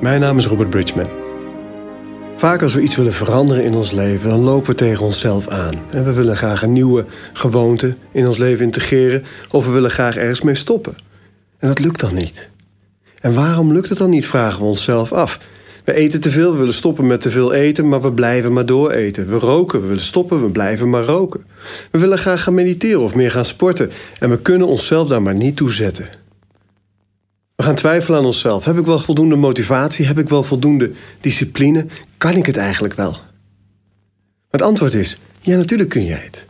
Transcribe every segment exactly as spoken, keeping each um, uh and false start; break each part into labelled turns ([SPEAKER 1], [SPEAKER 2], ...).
[SPEAKER 1] Mijn naam is Robert Bridgman. Vaak als we iets willen veranderen in ons leven, dan lopen we tegen onszelf aan. En we willen graag een nieuwe gewoonte in ons leven integreren, of we willen graag ergens mee stoppen. En dat lukt dan niet. En waarom lukt het dan niet, vragen we onszelf af. We eten te veel, we willen stoppen met te veel eten, maar we blijven maar dooreten. We roken, we willen stoppen, we blijven maar roken. We willen graag gaan mediteren of meer gaan sporten. En we kunnen onszelf daar maar niet toe zetten. We gaan twijfelen aan onszelf. Heb ik wel voldoende motivatie? Heb ik wel voldoende discipline? Kan ik het eigenlijk wel? Het antwoord is, ja, natuurlijk kun jij het.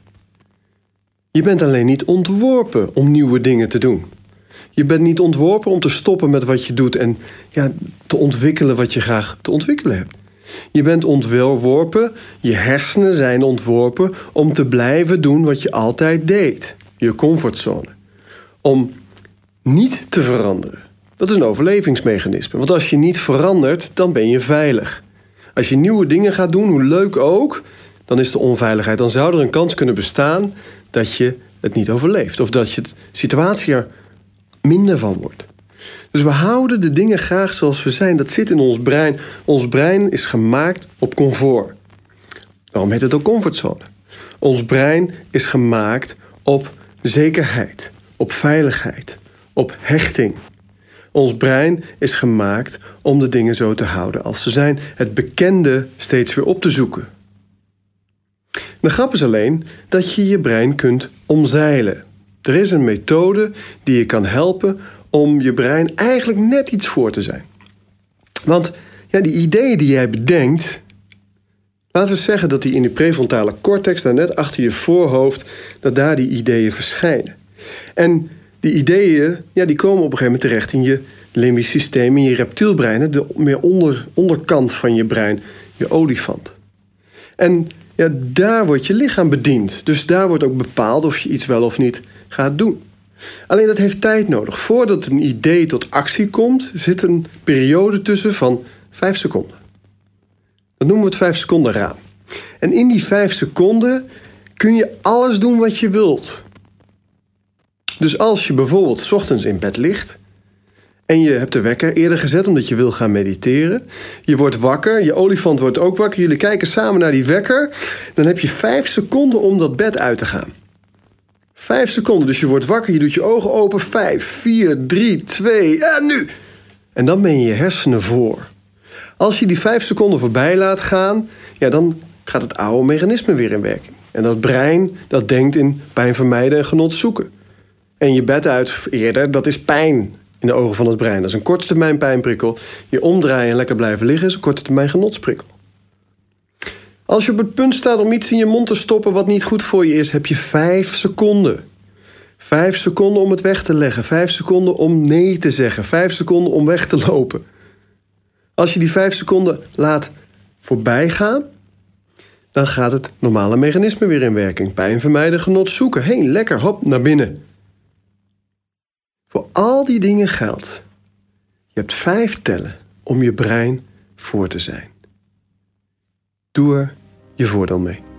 [SPEAKER 1] Je bent alleen niet ontworpen om nieuwe dingen te doen. Je bent niet ontworpen om te stoppen met wat je doet en ja, te ontwikkelen wat je graag te ontwikkelen hebt. Je bent ontworpen, je hersenen zijn ontworpen om te blijven doen wat je altijd deed. Je comfortzone. Om niet te veranderen. Dat is een overlevingsmechanisme. Want als je niet verandert, dan ben je veilig. Als je nieuwe dingen gaat doen, hoe leuk ook, dan is de onveiligheid. Dan zou er een kans kunnen bestaan dat je het niet overleeft. Of dat je de situatie er minder van wordt. Dus we houden de dingen graag zoals we zijn. Dat zit in ons brein. Ons brein is gemaakt op comfort. Daarom heet het ook comfortzone. Ons brein is gemaakt op zekerheid, op veiligheid, op hechting. Ons brein is gemaakt om de dingen zo te houden als ze zijn. Het bekende steeds weer op te zoeken. De grap is alleen dat je je brein kunt omzeilen. Er is een methode die je kan helpen om je brein eigenlijk net iets voor te zijn. Want ja, die ideeën die jij bedenkt, laten we zeggen dat die in de prefrontale cortex, daar net achter je voorhoofd, dat daar die ideeën verschijnen. En die ideeën, ja, die komen op een gegeven moment terecht in je limbisch systeem, in je reptielbrein, de meer onder, onderkant van je brein, je olifant. En ja, daar wordt je lichaam bediend. Dus daar wordt ook bepaald of je iets wel of niet gaat doen. Alleen dat heeft tijd nodig. Voordat een idee tot actie komt, zit een periode tussen van vijf seconden. Dat noemen we het vijf seconden raam. En in die vijf seconden kun je alles doen wat je wilt. Dus als je bijvoorbeeld 's ochtends in bed ligt en je hebt de wekker eerder gezet omdat je wil gaan mediteren. Je wordt wakker, je olifant wordt ook wakker. Jullie kijken samen naar die wekker. Dan heb je vijf seconden om dat bed uit te gaan. Vijf seconden, dus je wordt wakker, je doet je ogen open. Vijf, vier, drie, twee, en nu! En dan ben je je hersenen voor. Als je die vijf seconden voorbij laat gaan, ja, dan gaat het oude mechanisme weer in werking. En dat brein, dat denkt in pijn vermijden en genot zoeken. En je bed uit eerder, dat is pijn in de ogen van het brein. Dat is een korte termijn pijnprikkel. Je omdraaien en lekker blijven liggen is een korte termijn genotsprikkel. Als je op het punt staat om iets in je mond te stoppen wat niet goed voor je is, heb je vijf seconden. Vijf seconden om het weg te leggen. Vijf seconden om nee te zeggen. Vijf seconden om weg te lopen. Als je die vijf seconden laat voorbij gaan, dan gaat het normale mechanisme weer in werking. Pijn vermijden, genot zoeken. Hé, lekker, hop, naar binnen. Voor al die dingen geldt. Je hebt vijf tellen om je brein voor te zijn. Doe er je voordeel mee.